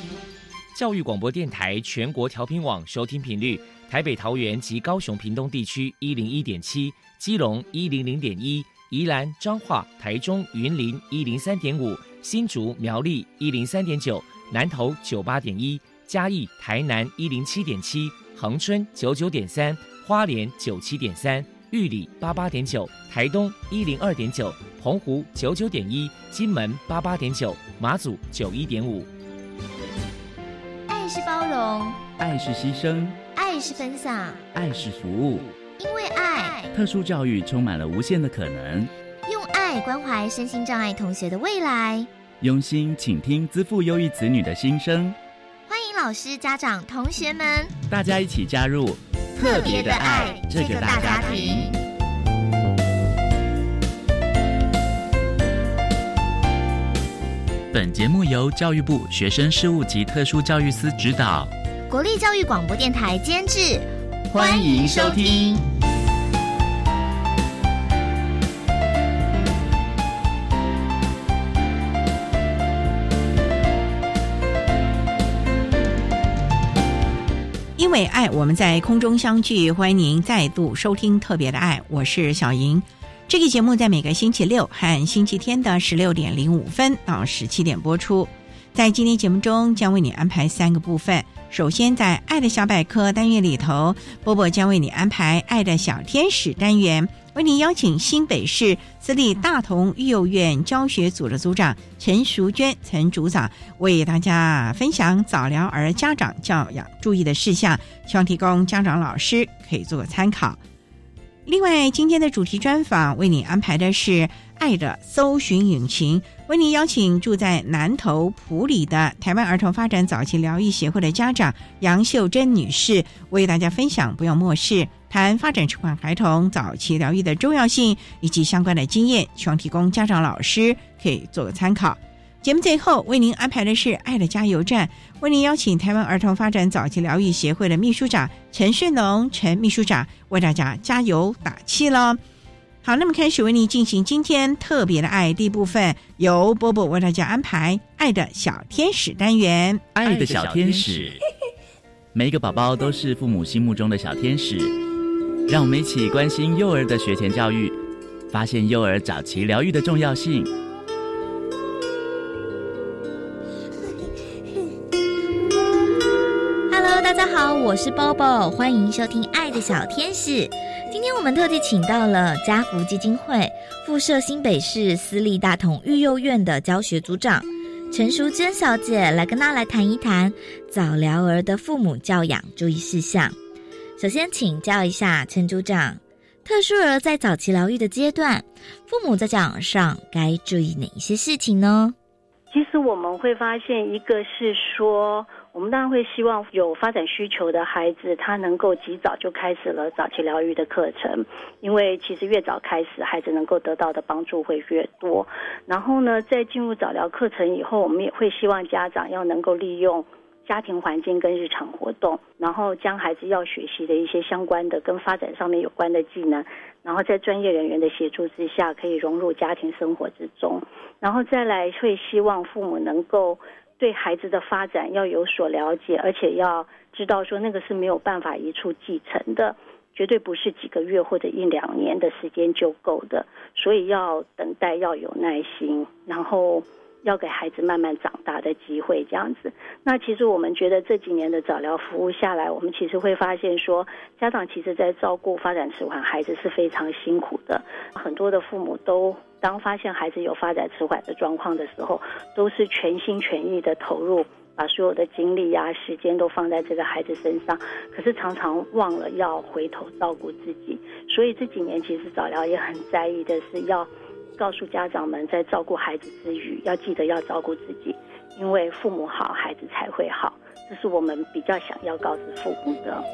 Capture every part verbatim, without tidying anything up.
教育广播电台全国调频网收听频率：台北、桃园及高雄屏东地区一零一点七，基隆一零零点一，宜兰、彰化、台中、云林一零三点五，新竹、苗栗一零三点九，南投九八点一，嘉义、台南一零七点七，恒春九九点三，花莲九七点三，玉里八八点九，台东一零二点九，澎湖九九点一，金门八八点九，马祖九一点五。 爱是包容， 爱是牺牲， 爱是分享， 爱是服务。 因为爱， 特殊教育充满了无限的可能。 用爱关怀身心障碍同学的未来， 用心倾听资赋优异子女的心声。 欢迎老师、家长、同学们， 大家一起加入特别的爱这个大家庭。 本节目由教育部学生事务及特殊教育司指导， 国立教育广播电台监制， 欢迎收听。 因为爱，我们在空中相聚，欢迎您再度收听特别的爱，我是小莹。这个节目在每个星期六和星期天的十六点零五分到十七点播出。在今天节目中将为你安排三个部分。首先在爱的小百科单元里头，波波将为你安排爱的小天使单元，为你邀请新北市私立大同育幼院教学组的组长陈淑娟陈组长为大家分享早疗儿家长教养注意的事项，希望提供家长老师可以做个参考。另外，今天的主题专访为你安排的是爱的搜寻引擎，为你邀请住在南投埔里的台湾儿童发展早期疗愈协会的家长杨秀珍女士，为大家分享不要漠视，谈发展迟缓孩童早期疗愈的重要性以及相关的经验，希望提供家长老师可以做个参考。节目最后为您安排的是爱的加油站，为您邀请台湾儿童发展早期疗愈协会的秘书长陈顺龙陈秘书长为大家加油打气了。好，那么开始为您进行今天特别的爱第一部分，由波波为大家安排爱的小天使单元。 爱的小天使，每一个宝宝都是父母心目中的小天使，让我们一起关心幼儿的学前教育，发现幼儿早期疗愈的重要性。 大家好，我是 Bobo， 欢迎收听爱的小天使。今天我们特地请到了家福基金会附设新北市私立大同育幼院的教学组长陈淑娟小姐来跟大家来谈一谈早疗儿的父母教养注意事项。首先请教一下陈组长，特殊儿在早期疗愈的阶段，父母在教养上该注意哪一些事情呢？ 其实我们会发现，一个是说我们当然会希望有发展需求的孩子他能够及早就开始了早期疗愈的课程，因为其实越早开始孩子能够得到的帮助会越多。然后呢，在进入早疗课程以后，我们也会希望家长要能够利用家庭环境跟日常活动，然后将孩子要学习的一些相关的跟发展上面有关的技能，然后在专业人员的协助之下可以融入家庭生活之中。然后再来会希望父母能够对孩子的发展要有所了解，而且要知道说那个是没有办法一触即成的，绝对不是几个月或者一两年的时间就够的，所以要等待，要有耐心，然后要给孩子慢慢长大的机会，这样子。那其实我们觉得这几年的早疗服务下来，我们其实会发现说，家长其实在照顾发展迟缓孩子是非常辛苦的。很多的父母都当发现孩子有发展迟缓的状况的时候，都是全心全意的投入，把所有的精力啊、时间都放在这个孩子身上，可是常常忘了要回头照顾自己。所以这几年其实早疗也很在意的是要告诉家长们，在照顾孩子之余，要记得要照顾自己，因为父母好，孩子才会好。这是我们比较想要告知父母的。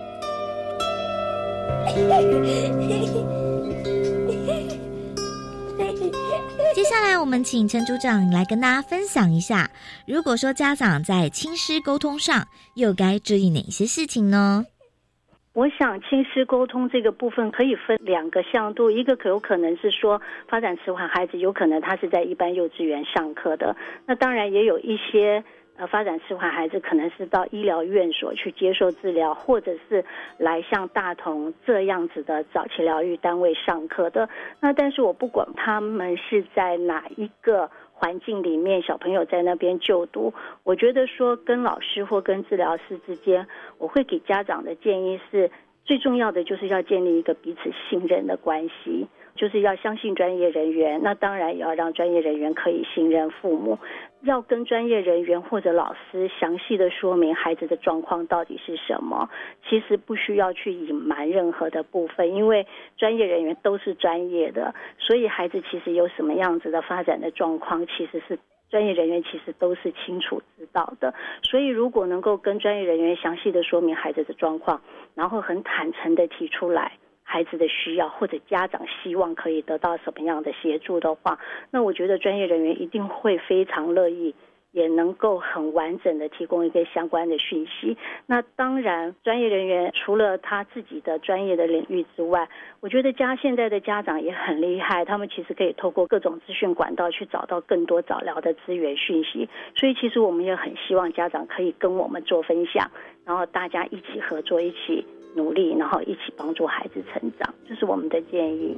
接下来我们请陈组长来跟大家分享一下，如果说家长在亲师沟通上又该注意哪些事情呢？ 我想亲师沟通这个部分可以分两个向度，一个可有可能是说发展迟缓孩子有可能他是在一般幼稚园上课的，那当然也有一些呃，发展迟缓孩子可能是到医疗院所去接受治疗，或者是来像大同这样子的早期疗愈单位上课的。那但是我不管他们是在哪一个环境里面，小朋友在那边就读，我觉得说跟老师或跟治疗师之间，我会给家长的建议是，最重要的就是要建立一个彼此信任的关系，就是要相信专业人员，那当然也要让专业人员可以信任父母，要跟专业人员或者老师详细的说明孩子的状况到底是什么，其实不需要去隐瞒任何的部分，因为专业人员都是专业的，所以孩子其实有什么样子的发展的状况，其实是专业人员其实都是清楚知道的。所以如果能够跟专业人员详细的说明孩子的状况，然后很坦诚的提出来孩子的需要，或者家长希望可以得到什么样的协助的话，那我觉得专业人员一定会非常乐意，也能够很完整的提供一个相关的讯息。那当然专业人员除了他自己的专业的领域之外，我觉得家现在的家长也很厉害，他们其实可以透过各种资讯管道去找到更多早疗的资源讯息，所以其实我们也很希望家长可以跟我们做分享，然后大家一起合作，一起努力，然后一起帮助孩子成长，这是我们的建议。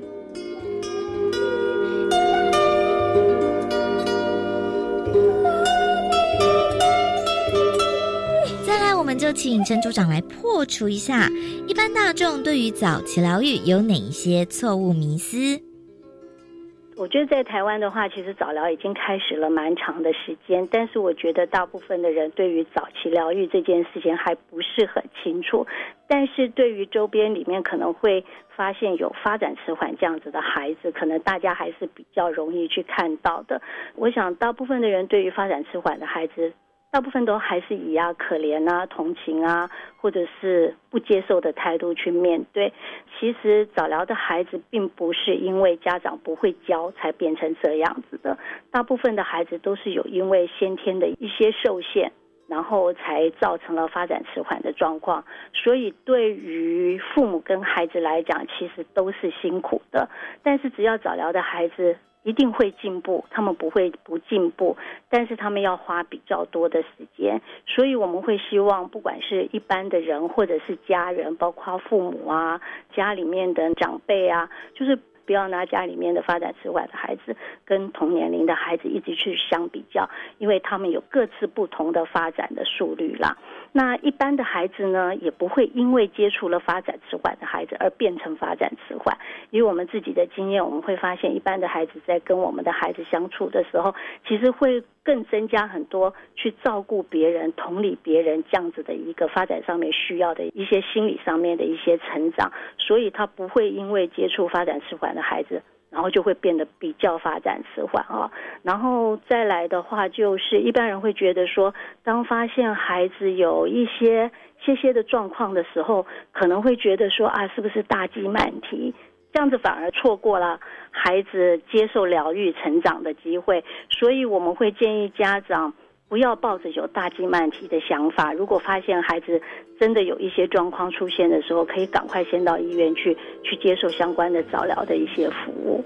再来，我们就请陈组长来破除一下一般大众对于早期疗愈有哪一些错误迷思。 我觉得在台湾的话，其实早疗已经开始了蛮长的时间，但是我觉得大部分的人对于早期疗愈这件事情还不是很清楚，但是对于周边里面可能会发现有发展迟缓这样子的孩子，可能大家还是比较容易去看到的。我想大部分的人对于发展迟缓的孩子，大部分都还是以啊可怜啊同情啊或者是不接受的态度去面对。其实早疗的孩子并不是因为家长不会教才变成这样子的，大部分的孩子都是有因为先天的一些受限，然后才造成了发展迟缓的状况，所以对于父母跟孩子来讲其实都是辛苦的。但是只要早疗的孩子一定会进步，他们不会不进步，但是他们要花比较多的时间，所以我们会希望不管是一般的人或者是家人，包括父母啊，家里面的长辈啊，就是不要拿家里面的发展迟缓的孩子跟同年龄的孩子一直去相比较，因为他们有各自不同的发展的速率啦。那一般的孩子呢，也不会因为接触了发展迟缓的孩子而变成发展迟缓。以我们自己的经验，我们会发现一般的孩子在跟我们的孩子相处的时候，其实会更增加很多去照顾别人、同理别人这样子的一个发展上面需要的一些心理上面的一些成长，所以他不会因为接触发展迟缓的孩子然后就会变得比较发展迟缓啊。然后再来的话，就是一般人会觉得说，当发现孩子有一些些些的状况的时候，可能会觉得说啊，是不是大鸡慢啼？这样子反而错过了孩子接受疗愈成长的机会。所以我们会建议家长不要抱着有大鸡慢啼的想法，如果发现孩子真的有一些状况出现的时候，可以赶快先到医院去去接受相关的早疗的一些服务。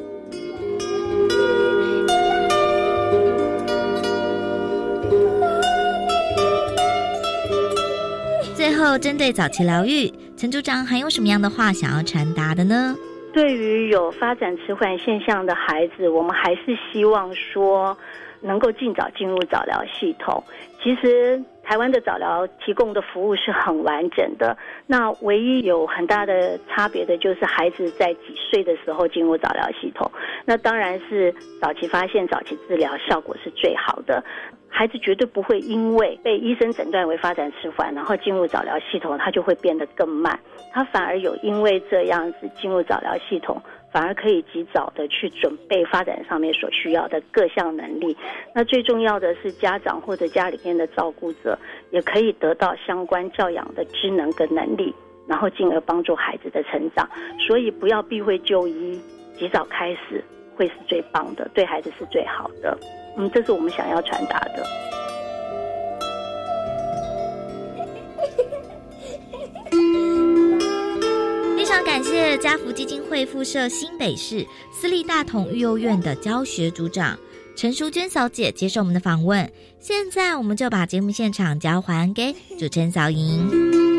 最后，针对早期疗愈，陈组长还有什么样的话想要传达的呢？ 对于有发展迟缓现象的孩子，我们还是希望说能够尽早进入早疗系统。其实台湾的早疗提供的服务是很完整的，那唯一有很大的差别的就是孩子在几岁的时候进入早疗系统。那当然是早期发现、早期治疗效果是最好的。孩子绝对不会因为被医生诊断为发展迟缓，然后进入早疗系统，他就会变得更慢。他反而有因为这样子进入早疗系统，反而可以及早的去准备发展上面所需要的各项能力。那最重要的是家长或者家里面的照顾者也可以得到相关教养的知能跟能力，然后进而帮助孩子的成长。所以不要避讳就医，及早开始会是最棒的，对孩子是最好的。嗯，这是我们想要传达的。 非常感谢家福基金会附设新北市私立大同育幼院的教学组长陈淑娟小姐接受我们的访问。现在我们就把节目现场交还给主持人小莹。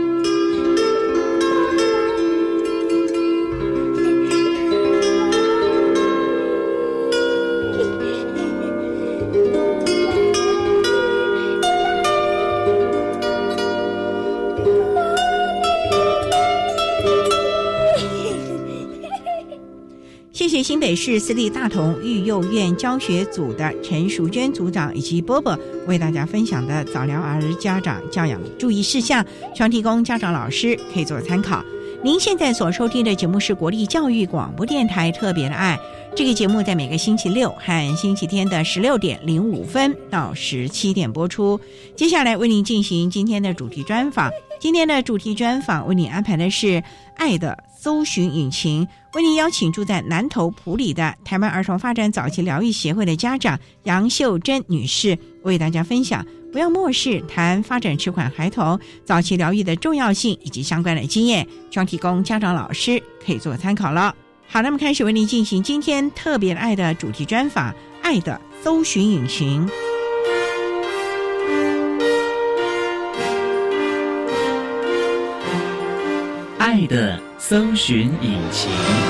谢谢新北市私立大同育幼院教学组的陈淑娟组长以及波波为大家分享的早疗儿家长教养注意事项，希望提供家长老师可以做参考。您现在所收听的节目是国立教育广播电台特别的爱，这个节目在每个星期六和星期天的十六点零五分到十七点播出。接下来为您进行今天的主题专访，今天的主题专访为您安排的是爱的搜寻引擎，为您邀请住在南投埔里的台湾儿童发展早期疗愈协会的家长杨秀珍女士，为大家分享不要漠视谈发展迟缓孩童早期疗愈的重要性以及相关的经验，希望提供家长老师可以做参考了。好，那么开始为您进行今天特别爱的主题专访，爱的搜寻引擎。 爱的搜寻引擎。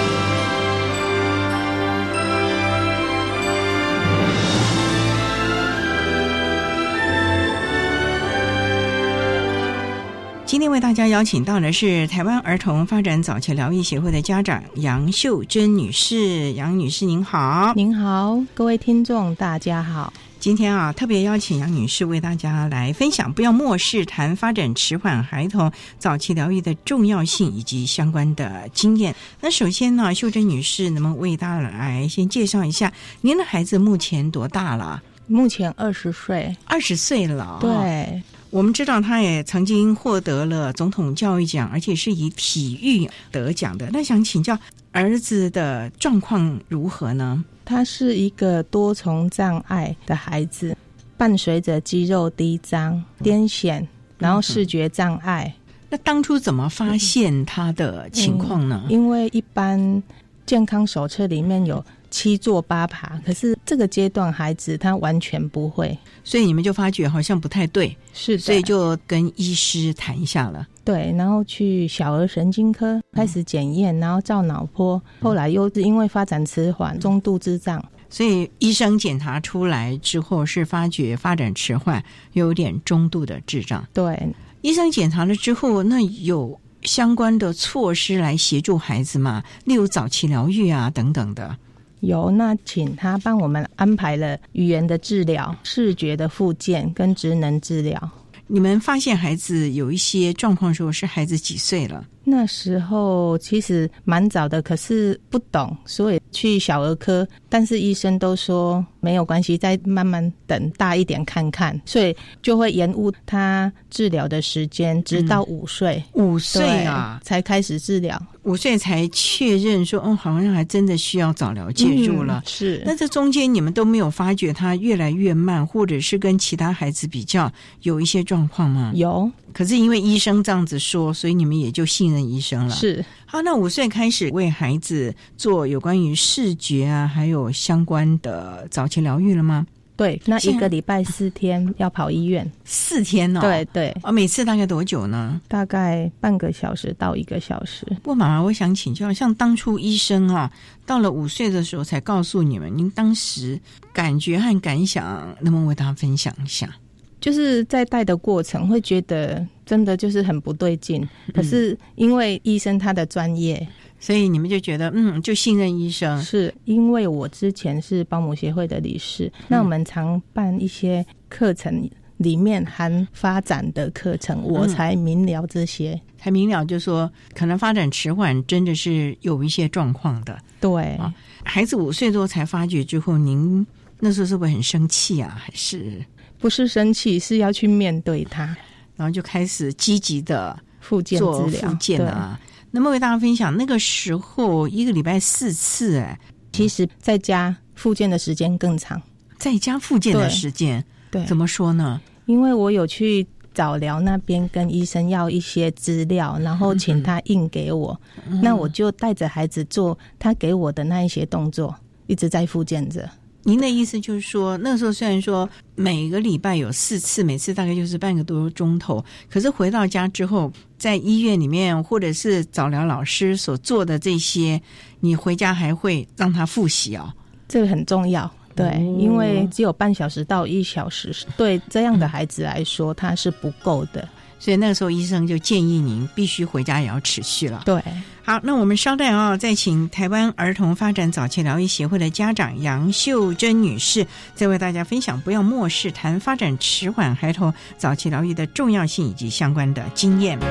今天为大家邀请到的是台湾儿童发展早期疗愈协会的家长杨秀珍女士。杨女士您好。 您好，各位听众大家好。 今天啊，特别邀请杨女士为大家来分享不要漠视谈发展迟缓孩童早期疗愈的重要性以及相关的经验。那首先呢，秀珍女士能不能为大家来先介绍一下您的孩子目前多大了？ 目前二十岁。 二十岁了。 对， 我们知道他也曾经获得了总统教育奖，而且是以体育得奖的。那想请教儿子的状况如何呢？ 他是一个多重障碍的孩子，伴随着肌肉低张、癫痫，然后视觉障碍。 那当初怎么发现他的情况呢？ 嗯、因为一般健康手册里面有七坐八爬，可是这个阶段孩子他完全不会， 所以你们就发觉好像不太对， 是的， 所以就跟医师谈一下了。 对，然后去小儿神经科开始检验，然后照脑波，后来又是因为发展迟缓、中度智障， 所以医生检查出来之后是发觉发展迟缓，有点中度的智障。 对， 医生检查了之后，那有相关的措施来协助孩子吗？例如早期疗愈啊等等的。 有，那请他帮我们安排了语言的治疗、视觉的复健跟职能治疗。 你们发现孩子有一些状况的时候，是孩子几岁了？ 那时候其实蛮早的，可是不懂，所以去小儿科，但是医生都说没有关系，再慢慢等大一点看看，所以就会延误他治疗的时间，直到五岁。 五岁啊， 才开始治疗。 五岁才确认说，哦，好像还真的需要早疗介入了。 嗯、是。 那这中间你们都没有发觉他越来越慢，或者是跟其他孩子比较有一些状况吗？ 有。 可是因为医生这样子说，所以你们也就信任医生了。 是。 好，那五岁开始为孩子做有关于视觉啊，还有相关的早期疗愈了吗？ 对，那一个礼拜四天要跑医院。 四天哦？ 对对。 哦，每次大概多久呢？ 大概半个小时到一个小时。 不过妈妈，我想请教，像当初医生啊，到了五岁的时候才告诉你们，您当时感觉和感想，能不能为大家分享一下？ 就是在带的过程会觉得真的就是很不对劲，可是因为医生他的专业， 所以你们就觉得嗯，就信任医生。 是因为我之前是保姆协会的理事、嗯、那我们常办一些课程，里面含发展的课程、嗯、我才明了这些， 才明了就说可能发展迟缓真的是有一些状况的。 对、 啊、孩子五岁多才发觉之后，您那时候是不是很生气啊？还是不是生气，是要去面对它， 然后就开始积极的复健治疗。 复健啊。那么为大家分享，那个时候一个礼拜四次，哎， 其实在家复健的时间更长。 在家复健的时间， 对， 怎么说呢？ 因为我有去早疗那边跟医生要一些资料，然后请他印给我、嗯、那我就带着孩子做他给我的那一些动作，一直在复健着。 您的意思就是说，那时候虽然说每个礼拜有四次，每次大概就是半个多钟头，可是回到家之后，在医院里面或者是早疗老师所做的这些，你回家还会让他复习哦。 这个很重要。对、哦，因为只有半小时到一小时，对这样的孩子来说，它是不够的。 所以那个时候医生就建议您必须回家也要持续了。 对， 好，那我们稍待啊、哦，再请台湾儿童发展早期疗愈协会的家长杨秀珍女士，再为大家分享不要漠视谈发展迟缓孩童早期疗愈的重要性以及相关的经验。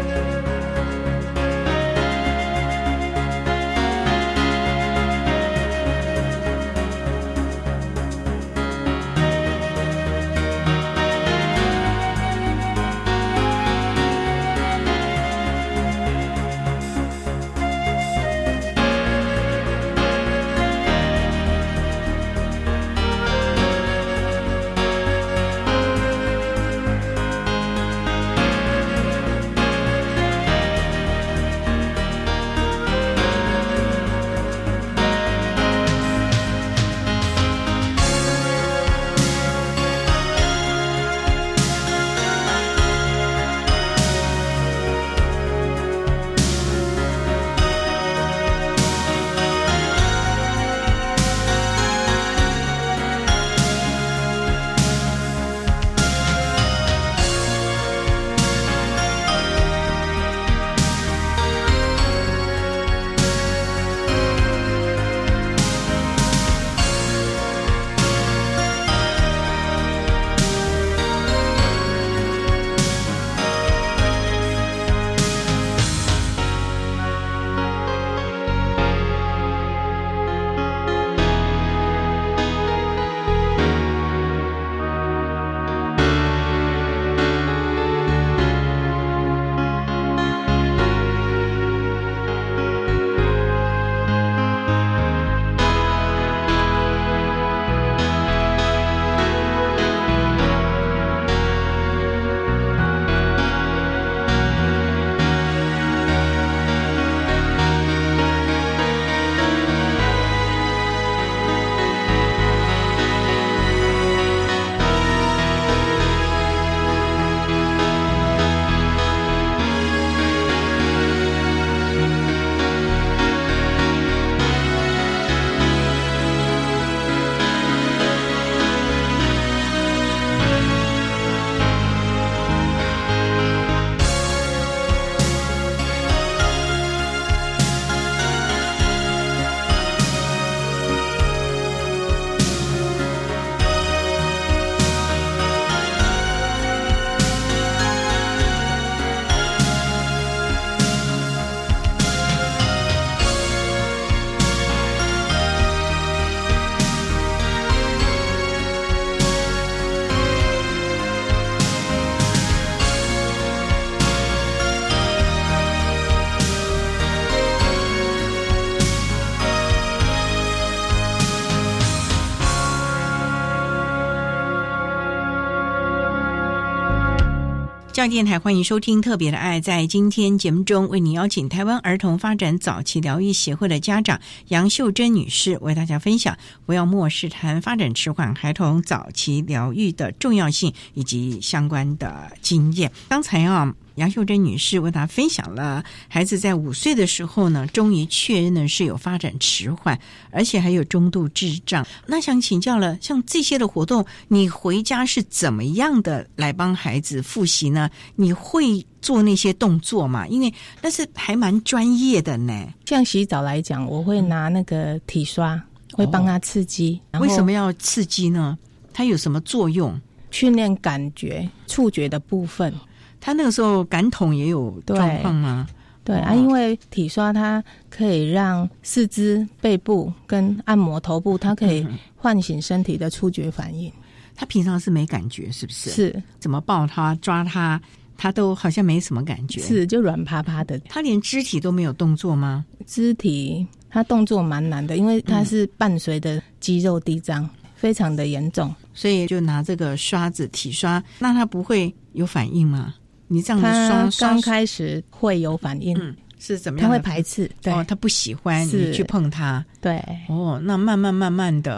教育电台欢迎收听特别的爱，在今天节目中为你邀请台湾儿童发展早期疗愈协会的家长杨秀珍女士为大家分享不要漠视谈发展迟缓孩童早期疗愈的重要性以及相关的经验。刚才啊杨秀珍女士为大家分享了孩子在五岁的时候呢，终于确认呢是有发展迟缓，而且还有中度智障。那想请教了，像这些的活动，你回家是怎么样的来帮孩子复习呢？你会做那些动作吗？因为那是还蛮专业的呢。 像洗澡来讲，我会拿那个体刷，会帮他刺激。 哦、为什么要刺激呢？它有什么作用？ 训练感觉、触觉的部分。 他那个时候感统也有状况吗？ 对、哦、啊，因为体刷它可以让四肢、背部跟按摩头部，它可以唤醒身体的触觉反应。 他平常是没感觉，是不是？ 是， 怎么抱他、抓他，他都好像没什么感觉。 是，就软趴趴的。 他连肢体都没有动作吗？ 肢体他动作蛮难的，因为他是伴随的肌肉低张、嗯，非常的严重， 所以就拿这个刷子体刷，那他不会有反应吗？你这样子刷， 他刚开始会有反应， 嗯，是怎么样？ 他会排斥，对， 哦，他不喜欢你去碰他， 对， 哦，那慢慢慢慢的，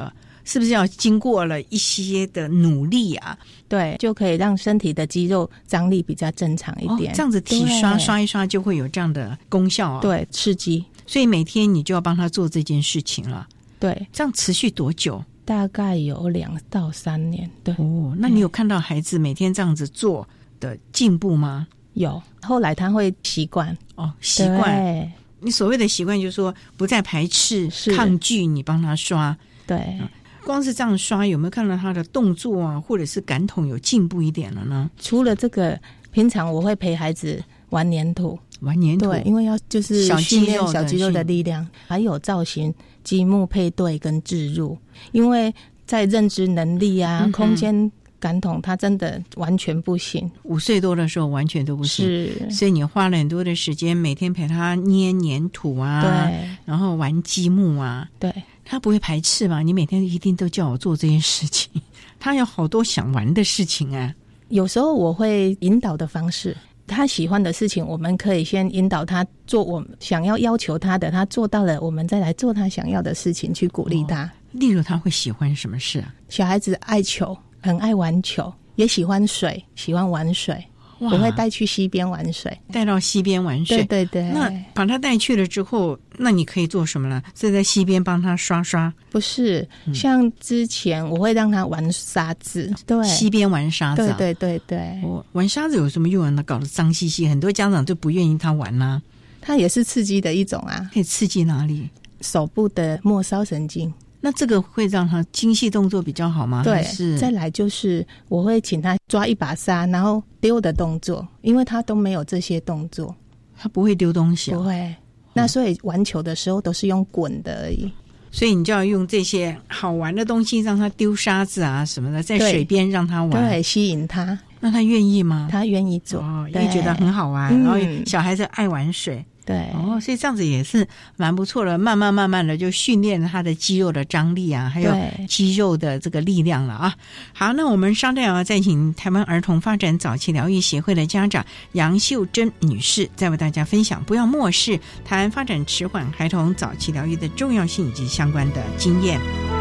是不是要经过了一些的努力啊？ 对，就可以让身体的肌肉张力比较正常一点。 哦、这样子体刷刷一刷就会有这样的功效啊。 对，刺激。 所以每天你就要帮他做这件事情了。 对， 这样持续多久？ 大概有两到三年。对。 哦，那你有看到孩子每天这样子做的进步吗？ 有，后来他会习惯。 哦，习惯。你所谓的习惯就是说不再排斥抗拒你帮他刷。 对、 嗯，光是这样刷有没有看到他的动作啊或者是感统有进步一点了呢？ 除了这个，平常我会陪孩子玩粘土。 玩粘土。 对，因为要就是训练小肌肉的力量，还有造型、积木配对跟置入。因为在认知能力啊、嗯、空间感统他真的完全不行， 五岁多的时候完全都不行。 是， 所以你花了很多的时间每天陪他捏粘土啊， 对， 然后玩积木啊。 对， 他不会排斥吗？你每天一定都叫我做这件事情，他有好多想玩的事情啊。 有时候我会引导的方式，他喜欢的事情我们可以先引导他做我想要要求他的，他做到了我们再来做他想要的事情，去鼓励他、哦、 例如他会喜欢什么事啊？ 小孩子爱球，很爱玩球，也喜欢水，喜欢玩水。我会带去溪边玩水， 带到溪边玩水。 对对对。 那把他带去了之后，那你可以做什么呢？是在溪边帮他刷刷？ 不是、嗯、像之前我会让他玩沙子。对， 溪边玩沙子、啊、 对对对对、 哦、玩沙子有什么用啊？搞得脏兮兮，很多家长就不愿意他玩啊。 它也是刺激的一种啊。 可以刺激哪里？ 手部的末梢神经。 那这个会让他精细动作比较好吗？ 对， 是。 再来就是我会请他抓一把沙，然后丢的动作，因为他都没有这些动作。 他不会丢东西、啊、 不会。那所以玩球的时候都是用滚的而已。 所以你就要用这些好玩的东西让他丢沙子啊什么的，在水边让他玩。 对，吸引他。 那他愿意吗？ 他愿意做、 哦、因为觉得很好玩、嗯、然后小孩子爱玩水。 对， 哦，所以这样子也是蛮不错的，慢慢慢慢的就训练他的肌肉的张力啊，还有肌肉的这个力量了啊。好，那我们稍待要再请台湾儿童发展早期疗愈协会的家长杨秀珍女士，再为大家分享不要漠视台湾发展迟缓孩童早期疗愈的重要性以及相关的经验。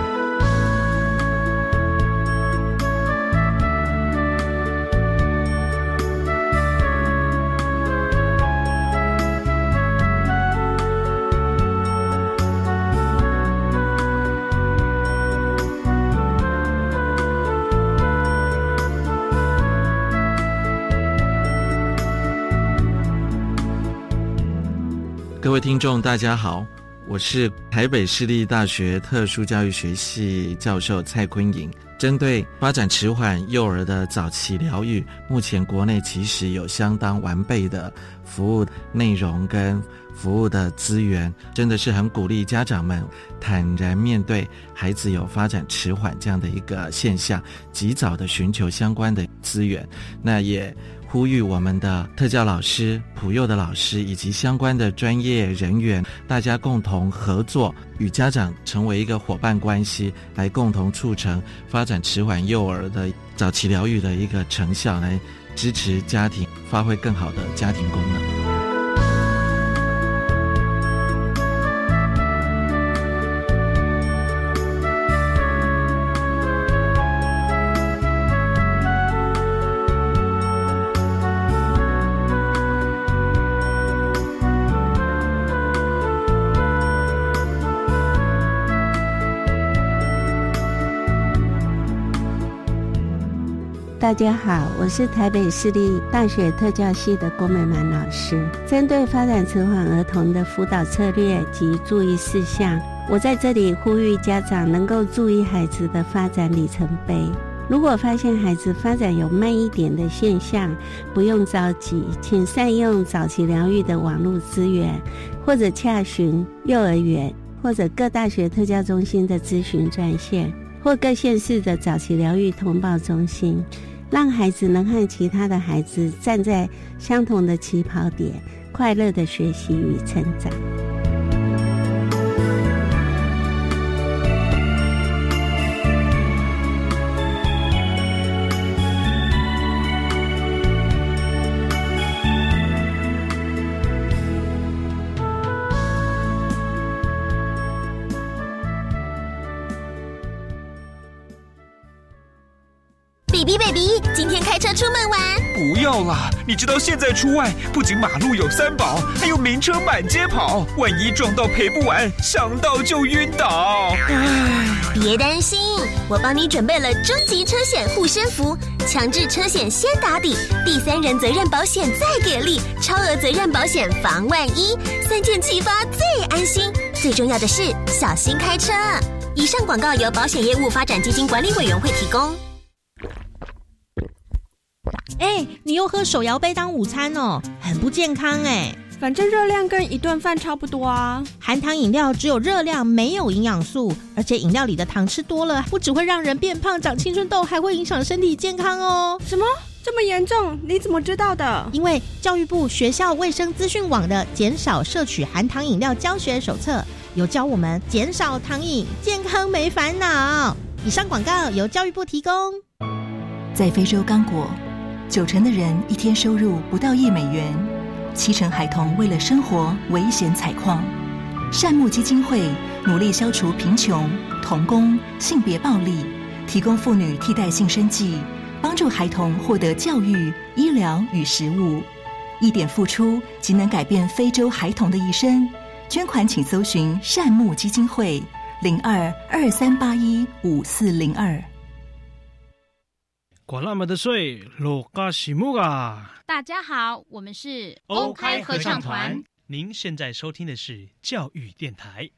各位听众大家好，我是台北市立大学特殊教育学系教授蔡坤颖。针对发展迟缓幼儿的早期疗愈，目前国内其实有相当完备的服务内容跟服务的资源，真的是很鼓励家长们坦然面对孩子有发展迟缓这样的一个现象，及早的寻求相关的资源。那也呼吁我们的特教老师、普幼的老师以及相关的专业人员，大家共同合作，与家长成为一个伙伴关系，来共同促成发展迟缓幼儿的早期疗愈的一个成效，来支持家庭发挥更好的家庭功能。 大家好，我是台北市立大学特教系的郭美满老师。针对发展迟缓儿童的辅导策略及注意事项，我在这里呼吁家长能够注意孩子的发展里程碑。如果发现孩子发展有慢一点的现象，不用着急，请善用早期疗愈的网络资源，或者洽询幼儿园或者各大学特教中心的咨询专线，或各县市的早期疗愈通报中心，让孩子能和其他的孩子站在相同的起跑点，快乐的学习与成长。 今天开车出门玩？ 不要啦，你知道现在出外不仅马路有三宝，还有名车满街跑，万一撞到赔不完，想到就晕倒。唉， 别担心，我帮你准备了终极车险护身符，强制车险先打底，第三人责任保险再给力，超额责任保险防万一，三件齐发最安心。最重要的是小心开车。以上广告由保险业务发展基金管理委员会提供。 哎，你又喝手摇杯当午餐哦，很不健康哎。 反正热量跟一顿饭差不多啊。 含糖饮料只有热量，没有营养素，而且饮料里的糖吃多了，不只会让人变胖、长青春痘，还会影响身体健康哦。 什么？这么严重？你怎么知道的？ 因为教育部学校卫生资讯网的减少摄取含糖饮料教学手册有教我们减少糖瘾，健康没烦恼。以上广告由教育部提供。 在非洲刚果，九成的人一天收入不到一美元，七成孩童为了生活危险采矿。善牧基金会努力消除贫穷、童工、性别暴力，提供妇女替代性生计，帮助孩童获得教育、医疗与食物。一点付出即能改变非洲孩童的一生。捐款请搜寻善牧基金会零二二三八一五四零二。 管那么的水，罗嘎西木啊！ 大家好，我们是欧开合唱团。您现在收听的是教育电台。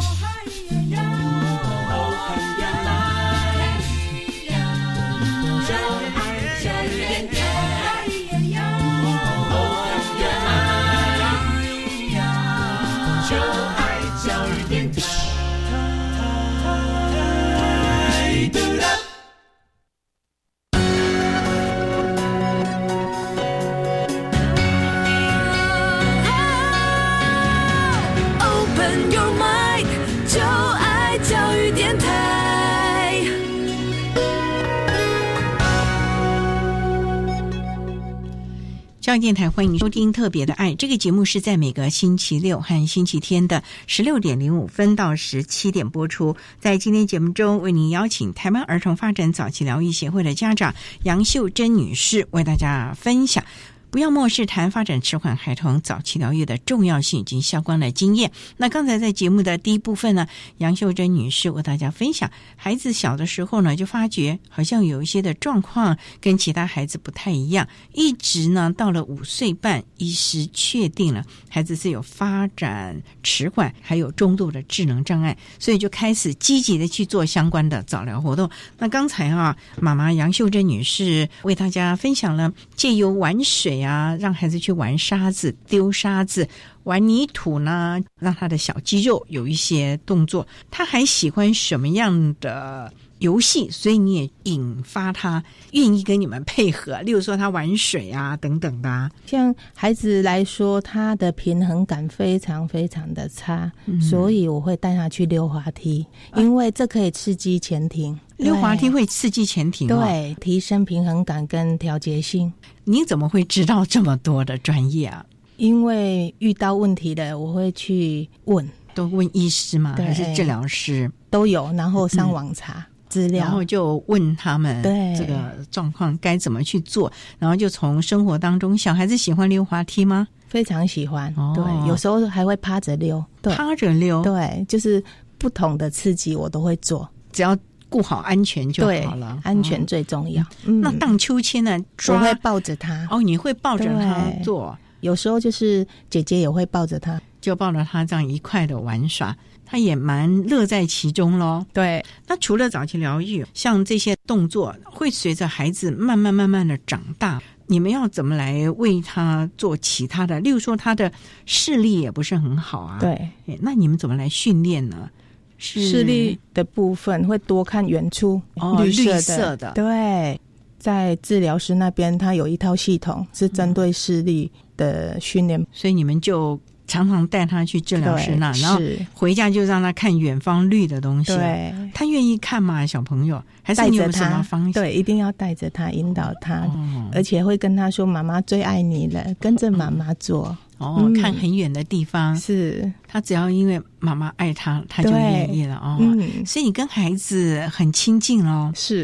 教育电台欢迎收听特别的爱，这个节目是在每个星期六和星期天的十六点零五分到十七点播出。在今天节目中，为您邀请台湾儿童发展早期疗愈协会的家长杨秀珍女士为大家分享不要漠视谈发展迟缓孩童早期疗愈的重要性以及相关的经验。那刚才在节目的第一部分呢，杨秀珍女士为大家分享孩子小的时候呢，就发觉好像有一些的状况跟其他孩子不太一样，一直呢到了五岁半，医师确定了孩子是有发展迟缓还有中度的智能障碍，所以就开始积极的去做相关的早疗活动。那刚才啊，妈妈杨秀珍女士为大家分享了借由玩水啊，让孩子去玩沙子、丢沙子、玩泥土呢，让他的小肌肉有一些动作。他还喜欢什么样的游戏？所以你也引发他愿意跟你们配合，例如说他玩水啊等等的啊。 像孩子来说，他的平衡感非常非常的差，嗯、所以我会带他去溜滑梯，因为这可以刺激前庭。 溜滑梯会刺激前庭、哦、 对，提升平衡感跟调节性。 你怎么会知道这么多的专业啊？ 因为遇到问题的我会去问。 都问医师吗？还是治疗师？ 都有，然后上网查、嗯、资料， 然后就问他们这个状况该怎么去做，然后就从生活当中。小孩子喜欢溜滑梯吗？ 非常喜欢、哦、对，有时候还会趴着溜。对， 趴着溜， 对，就是不同的刺激我都会做， 只要顾好安全就好了， 安全最重要、嗯、 那荡秋千呢？ 我会抱着他。 哦，你会抱着他做？ 有时候就是姐姐也会抱着他， 就抱着他这样一块的玩耍，他也蛮乐在其中咯。 对， 那除了早期疗愈，像这些动作会随着孩子慢慢慢慢的长大，你们要怎么来为他做其他的？例如说他的视力也不是很好啊， 对， 那你们怎么来训练呢？ 视力的部分会多看远处、 哦、 绿色的， 绿色的， 对，在治疗师那边他有一套系统是针对视力的训练、嗯、 所以你们就常常带他去治疗师那，然后回家就让他看远方绿的东西。对，他愿意看吗？小朋友还是你有什么方向？ 对，一定要带着他，引导他、哦、而且会跟他说妈妈最爱你了，跟着妈妈做。 哦、嗯，看很远的地方， 是他只要因为妈妈爱他，他就愿意了哦。嗯，所以你跟孩子很亲近哦。 是，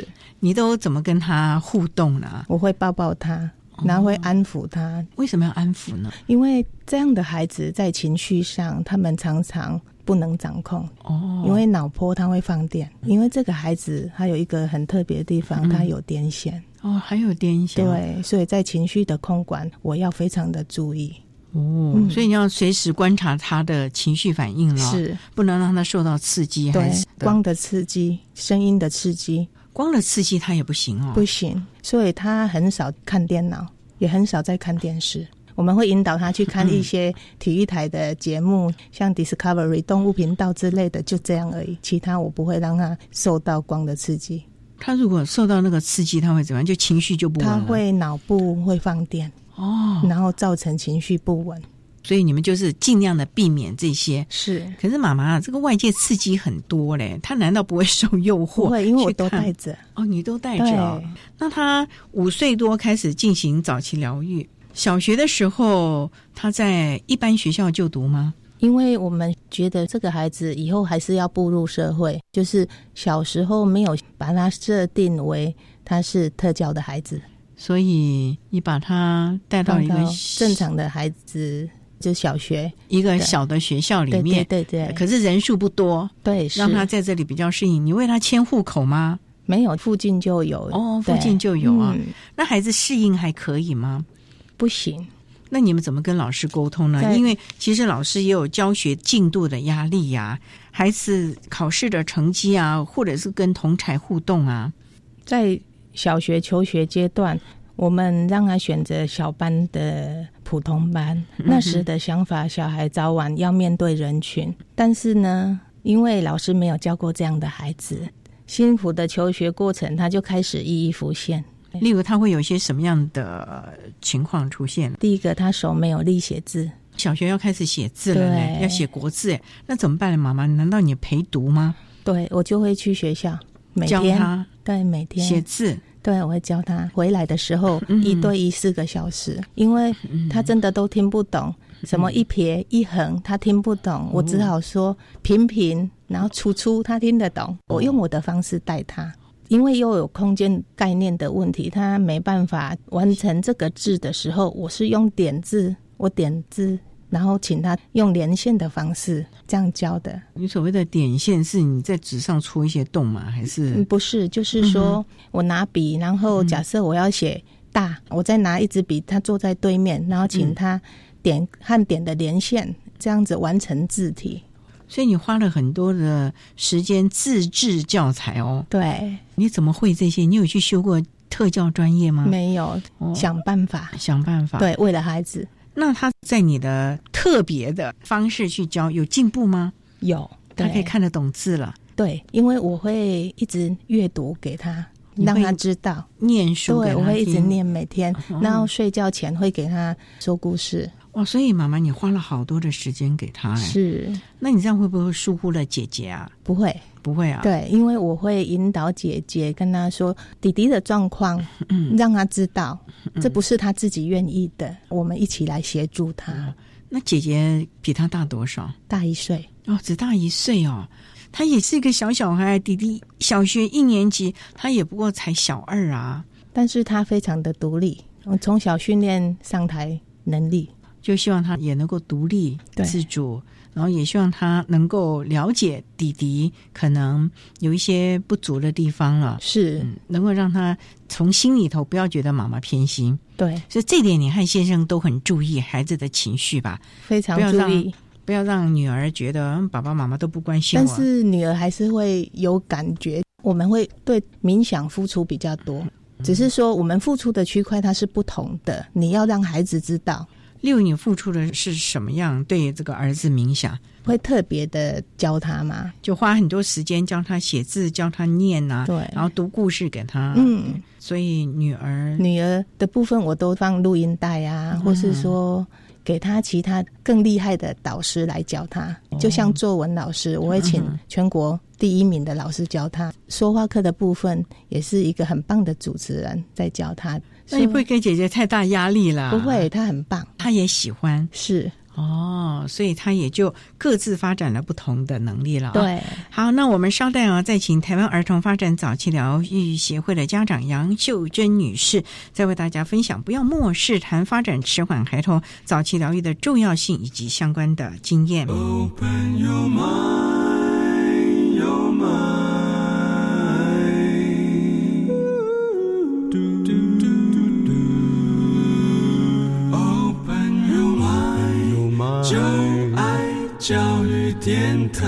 你都怎么跟他互动呢？ 我会抱抱他，然后会安抚他。 哦，为什么要安抚呢？ 因为这样的孩子在情绪上，他们常常不能掌控。 哦， 因为脑波他会放电，因为这个孩子他有一个很特别的地方，嗯、他有癫痫。 哦，还有癫痫。 对，所以在情绪的控管，我要非常的注意。 哦、嗯，所以你要随时观察他的情绪反应了， 是不能让他受到刺激。 对，光的刺激、声音的刺激， 光的刺激他也不行哦， 不行。所以他很少看电脑，也很少在看电视。我们会引导他去看一些体育台的节目，嗯、像 Discovery 动物频道之类的，就这样而已。其他我不会让他受到光的刺激。 他如果受到那个刺激，他会怎么样？就情绪就不稳了。 他会脑部会放电。哦，然后造成情绪不稳， 所以你们就是尽量的避免这些。 是， 可是妈妈，这个外界刺激很多嘞，他难道不会受诱惑？ 不会，因为我都带着。 哦，你都带着哦。那他五岁多开始进行早期疗愈，小学的时候他在一般学校就读吗？ 因为我们觉得这个孩子以后还是要步入社会，就是小时候没有把他设定为他是特教的孩子。 所以你把他带到一个正常的孩子，就小学一个小的学校里面， 对对 对, 对， 可是人数不多， 对， 让他在这里比较适应。你为他迁户口吗？ 没有，附近就有。 哦，附近就有啊、 嗯。 那孩子适应还可以吗？ 不行。 那你们怎么跟老师沟通呢？因为其实老师也有教学进度的压力呀、啊，孩子考试的成绩啊，或者是跟同侪互动啊， 在小学求学阶段，我们让他选择小班的普通班、嗯、那时的想法，小孩早晚要面对人群，但是呢，因为老师没有教过这样的孩子，辛苦的求学过程他就开始一一浮现。 例如他会有些什么样的情况出现？ 第一个，他手没有力写字， 小学要开始写字了呢，要写国字，那怎么办呢？妈妈，难道你陪读吗？ 对，我就会去学校每天教他， 对，每天写字。 对，我会教他。回来的时候、嗯、一对一四个小时，因为他真的都听不懂、嗯、什么一撇一横他听不懂、嗯、我只好说平平然后粗粗他听得懂、哦、我用我的方式带他，因为又有空间概念的问题，他没办法完成这个字的时候，我是用点字，我点字然后请他用连线的方式这样教的。 你所谓的点线是你在纸上戳一些洞吗？还是、 嗯、不是，就是说、嗯、我拿笔，然后假设我要写大、嗯、我再拿一支笔，他坐在对面，然后请他点和点的连线、嗯、这样子完成字体。 所以你花了很多的时间自制教材哦。 对。 你怎么会这些？你有去修过特教专业吗？ 没有、哦、想办法想办法。 对，为了孩子。那他在你的特别的方式去教有进步吗？ 有， 他可以看得懂字了。 对，因为我会一直阅读给他，让他知道念书给他听。 对，我会一直念，每天、哦、然后睡觉前会给他说故事。 哇，所以妈妈你花了好多的时间给他。 是。 那你这样会不会疏忽了姐姐啊？ 不会不会啊。 对，因为我会引导姐姐跟他说弟弟的状况、嗯、让他知道、嗯、这不是他自己愿意的、嗯、我们一起来协助他、嗯、 那姐姐比他大多少？ 大一岁。 哦，只大一岁哦。他也是一个小小孩，弟弟小学一年级，他也不过才小二啊。 但是他非常的独立，我从小训练上台能力， 就希望他也能够独立自主，然后也希望他能够了解弟弟可能有一些不足的地方了， 是、 嗯、能够让他从心里头不要觉得妈妈偏心。 对， 所以这点你和先生都很注意孩子的情绪吧？ 非常注意， 不要让女儿觉得爸爸妈妈都不关心我。 但是女儿还是会有感觉，我们会对冥想付出比较多、嗯、只是说我们付出的区块它是不同的，你要让孩子知道。 例如你付出的是什么样对这个儿子冥想？ 会特别的教他吗？ 就花很多时间教他写字，教他念啊， 对， 然后读故事给他。 嗯， 所以女儿女儿的部分我都放录音带啊、嗯、或是说给他其他更厉害的导师来教他、哦、就像作文老师，我会请全国第一名的老师教他、嗯、说话课的部分也是一个很棒的主持人在教他。 那你不会给姐姐太大压力啦？ 不会，她很棒， 她也喜欢。 是哦，所以他也就各自发展了不同的能力了、啊。 对， 好，那我们稍待啊，再请台湾儿童发展早期疗愈协会的家长杨秀珍女士，再为大家分享不要漠视谈发展迟缓孩童早期疗愈的重要性以及相关的经验。 Open your mind, your mind. Open your mind, 就爱教育电台。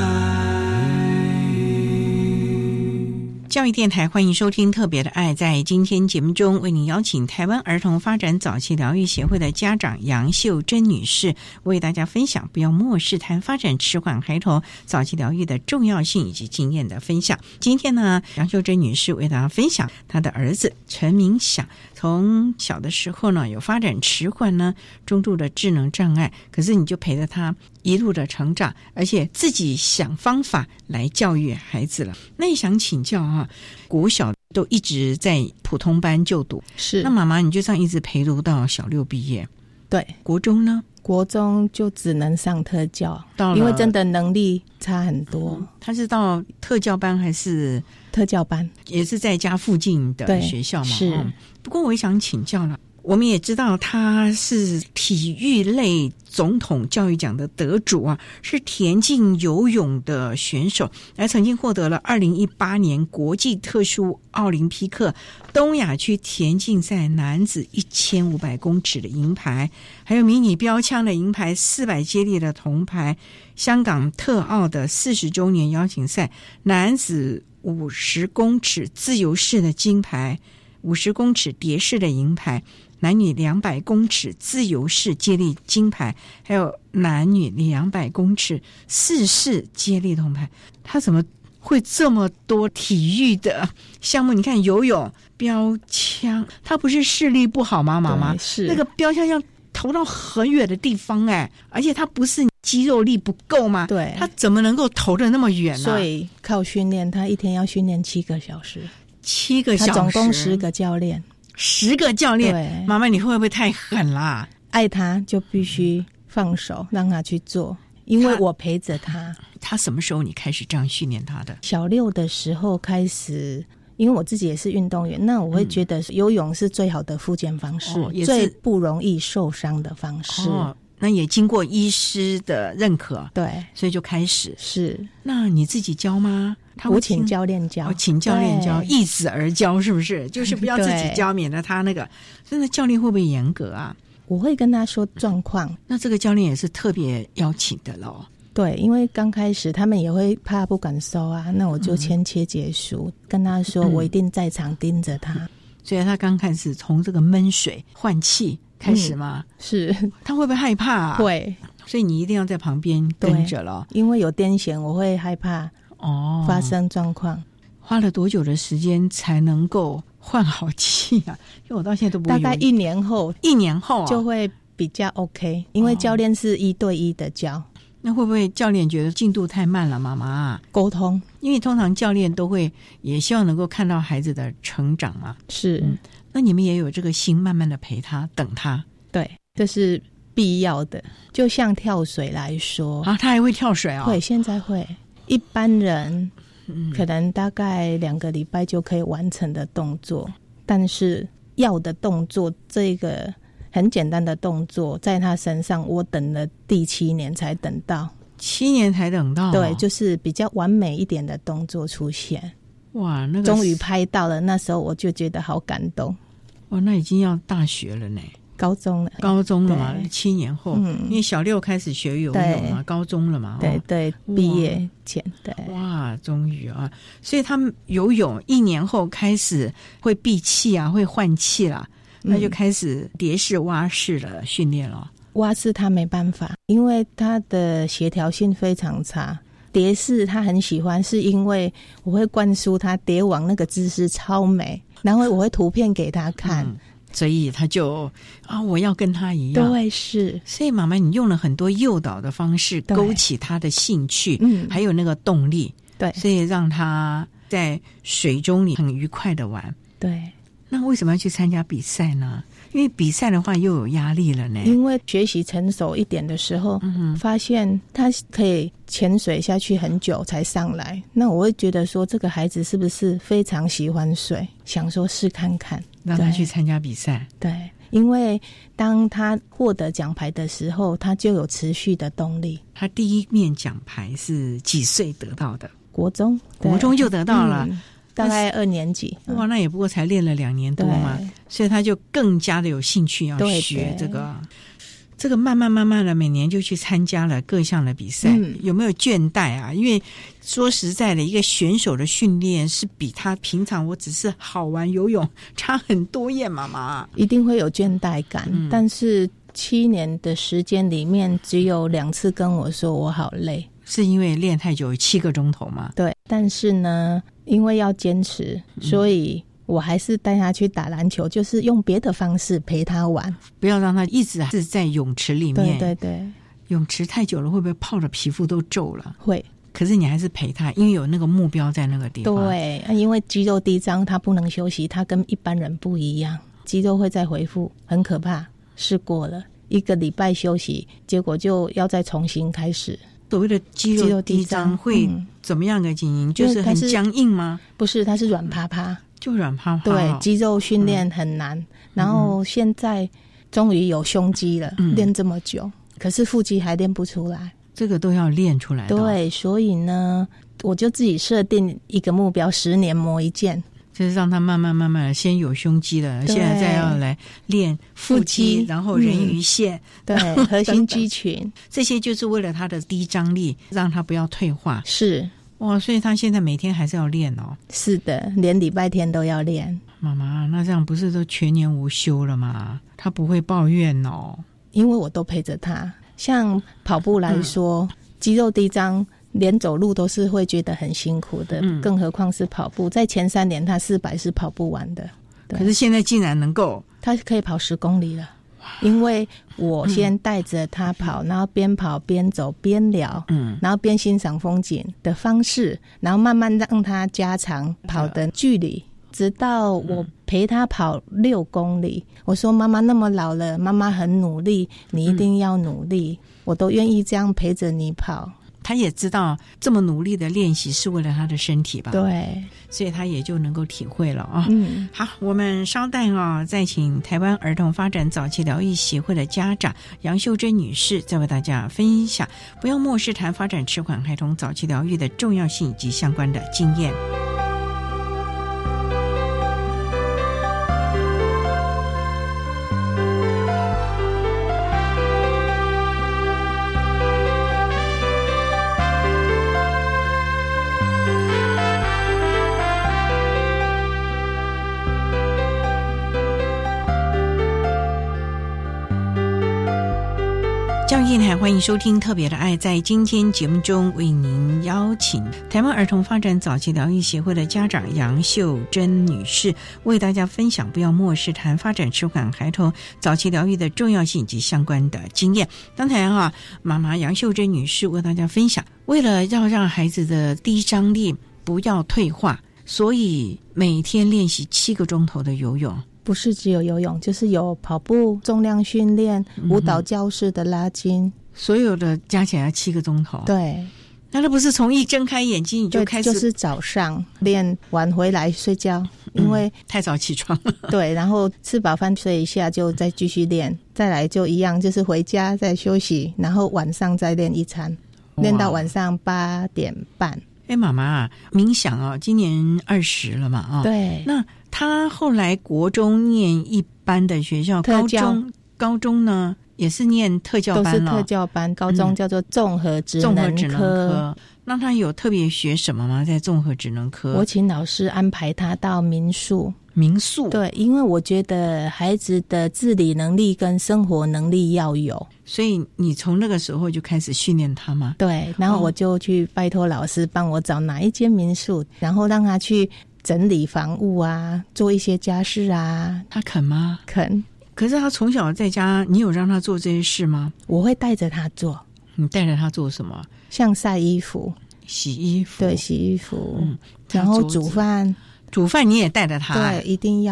教育电台，欢迎收听特别的爱。在今天节目中，为您邀请台湾儿童发展早期疗愈协会的家长杨秀珍女士，为大家分享不要漠视谈发展迟缓孩童早期疗愈的重要性以及经验的分享。今天呢，杨秀珍女士为大家分享她的儿子陈明祥，从小的时候呢有发展迟缓呢中度的智能障碍，可是你就陪着他一路的成长，而且自己想方法来教育孩子了。那也想请教啊，国小都一直在普通班就读， 是那妈妈你就这样一直陪读到小六毕业？ 对。 国中呢？ 国中就只能上特教， 到了因为真的能力差很多。 嗯、他是到特教班还是特教班？ 也是在家附近的学校嘛？ 是、 嗯。不过我也想请教了。我们也知道他是体育类总统教育奖的得主啊，是田径游泳的选手，还曾经获得了二零一八年国际特殊奥林匹克东亚区田径赛男子一千五百公尺的银牌，还有迷你标枪的银牌，四百接力的铜牌，香港特奥的四十周年邀请赛男子五十公尺自由式的金牌，五十公尺蝶式的银牌，男女两百公尺自由式接力金牌，还有男女两百公尺四式接力铜牌。他怎么会这么多体育的项目？你看游泳、标枪，他不是视力不好吗？妈妈， 是那个标枪要投到很远的地方哎，而且他不是肌肉力不够吗？ 对， 他怎么能够投得那么远呢、啊？ 所以靠训练，他一天要训练七个小时， 七个小时， 他总共十个教练。 十个教练， 对， 妈妈，你会不会太狠啦？ 爱他就必须放手，让他去做，因为我陪着他。 他什么时候你开始这样训练他的？ 小六的时候开始，因为我自己也是运动员，那我会觉得游泳是最好的复健方式， 哦、 最不容易受伤的方式。 哦，那也经过医师的认可， 对， 所以就开始。 是， 那你自己教吗？ 我请教练教， 我、哦、请教练教，易子而教，是不是？就是不要自己教，免得他那个。真的教练会不会严格啊？ 我会跟他说状况。 那这个教练也是特别邀请的咯。 对，因为刚开始他们也会怕不敢收啊，那我就签切结书、嗯，跟他说我一定在场盯着他。嗯、 所以他刚开始从这个闷水换气开始吗？ 嗯、是。 他会不会害怕啊？ 会。 所以你一定要在旁边跟着了， 因为有癫痫，我会害怕。 哦， 发生状况， 花了多久的时间才能够换好气啊？因为我到现在都不会。 大概一年后， 一年后、啊、 就会比较 OK， 因为教练是一对一的教。哦、 那会不会教练觉得进度太慢了？妈妈沟通， 因为通常教练都会也希望能够看到孩子的成长嘛。 是， 嗯、那你们也有这个心，慢慢的陪他，等他。 对，这是必要的。就像跳水来说啊，他还会跳水啊、哦？ 会，现在会。一般人可能大概两个礼拜就可以完成的动作，但是要的动作，这个很简单的动作，在他身上我等了第七年才等到， 七年才等到、哦、 对，就是比较完美一点的动作出现。 哇，那个终于拍到了，那时候我就觉得好感动。 哇，那已经要大学了呢。 高中了， 高中了嘛，七年后、嗯，因为小六开始学游泳嘛，高中了嘛， 对对，毕业前，对， 哇，终于啊，所以他们游泳一年后开始会闭气啊，会换气啦，嗯、那就开始蝶式、蛙式的训练了。 蛙式他没办法，因为他的协调性非常差。蝶式他很喜欢，是因为我会灌输他蝶网那个姿势超美，然后我会图片给他看。嗯， 所以他就啊，我要跟他一样。 对，是。 所以妈妈，你用了很多诱导的方式，勾起他的兴趣，嗯，还有那个动力。 对， 所以让他在水中里很愉快的玩。 对， 那为什么要去参加比赛呢？因为比赛的话又有压力了呢。 因为学习成熟一点的时候，嗯、发现他可以潜水下去很久才上来，那我会觉得说这个孩子是不是非常喜欢水，想说试看看， 让他去参加比赛。 对，因为当他获得奖牌的时候，他就有持续的动力。 他第一面奖牌是几岁得到的？ 国中， 国中就得到了。嗯， 大概二年级。 哇，那也不过才练了两年多嘛，所以他就更加的有兴趣要学这个。这个慢慢慢慢的每年就去参加了各项的比赛，嗯、有没有倦怠啊？因为说实在的，一个选手的训练是比他平常我只是好玩游泳差很多耶，妈妈。 一定会有倦怠感，嗯、但是七年的时间里面只有两次跟我说我好累。 是因为练太久，七个钟头吗？ 对，但是呢，因为要坚持，所以我还是带他去打篮球，就是用别的方式陪他玩， 不要让他一直是在泳池里面。 对对对， 泳池太久了，会不会泡的皮肤都皱了？ 会。 可是你还是陪他，因为有那个目标在那个地方。 对，因为肌肉低张，他不能休息，他跟一般人不一样，肌肉会再恢复，很可怕。试过了一个礼拜休息，结果就要再重新开始。 所谓的肌肉低张会怎么样的经营？嗯、就是很僵硬吗？ 不是，它是软趴趴， 就软趴趴。 对，肌肉训练很难。嗯、然后现在终于有胸肌了，嗯、练这么久，可是腹肌还练不出来。 这个都要练出来的。 对，所以呢，我就自己设定一个目标，十年磨一剑。 就是让他慢慢慢慢的先有胸肌了，现在再要来练腹肌，然后人鱼线， 嗯、对，核心肌群， 这些就是为了他的低张力，让他不要退化。 是哇，所以他现在每天还是要练哦。 是的，连礼拜天都要练。 妈妈，那这样不是都全年无休了吗？他不会抱怨哦？ 因为我都陪着他。像跑步来说，嗯、肌肉低张。连走路都是会觉得很辛苦的，嗯、更何况是跑步。在前三年他四百是跑不完的， 可是现在竟然能够， 他可以跑十公里了。因为我先带着他跑，嗯、然后边跑边走边聊，嗯，然后边欣赏风景的方式，然后慢慢让他加长跑的距离，直到我陪他跑六公里。我说妈妈那么老了，妈妈很努力，你一定要努力，嗯、我都愿意这样陪着你跑。 他也知道这么努力的练习是为了他的身体吧？ 对， 所以他也就能够体会了啊。 嗯， 好，我们稍待啊，再请台湾儿童发展早期疗愈协会的家长杨秀珍女士，再为大家分享不要漠视谈发展迟缓孩童早期疗愈的重要性以及相关的经验。教育电台欢迎收听特别的爱，在今天节目中为您邀请台湾儿童发展早期疗愈协会的家长杨秀珍女士，为大家分享不要漠视谈发展迟缓孩童早期疗愈的重要性以及相关的经验。刚才啊，妈妈杨秀珍女士为大家分享，为了要让孩子的低张力不要退化，所以每天练习七个钟头的游泳。 不是只有游泳，就是有跑步、重量训练、舞蹈教室的拉筋，嗯、 所有的加起来七个钟头。 对， 那那不是从一睁开眼睛你就开始？ 就是早上练完回来睡觉，因为、 嗯、太早起床了。 对，然后吃饱饭睡一下就再继续练，再来就一样，就是回家再休息，然后晚上再练一餐，练到晚上八点半。 哎，妈妈啊，冥想哦，今年二十了嘛啊、哦？ 对， 那。他后来国中念一般的学校，高中高中呢也是念特教班了， 都是特教班。高中叫做综合职能科。综合职能科， 那他有特别学什么吗？在综合职能科， 我请老师安排他到民宿。 民宿， 对，因为我觉得孩子的自理能力跟生活能力要有， 所以你从那个时候就开始训练他吗？ 对，然后我就去拜托老师帮我找哪一间民宿，然后让他去整理房屋啊，做一些家事啊。 他肯吗？ 肯。 可是他从小在家，你有让他做这些事吗？ 我会带着他做。 你带着他做什么？ 像晒衣服、 洗衣服。 对，洗衣服，嗯、然后煮饭。 煮饭你也带着他？ 对，一定要。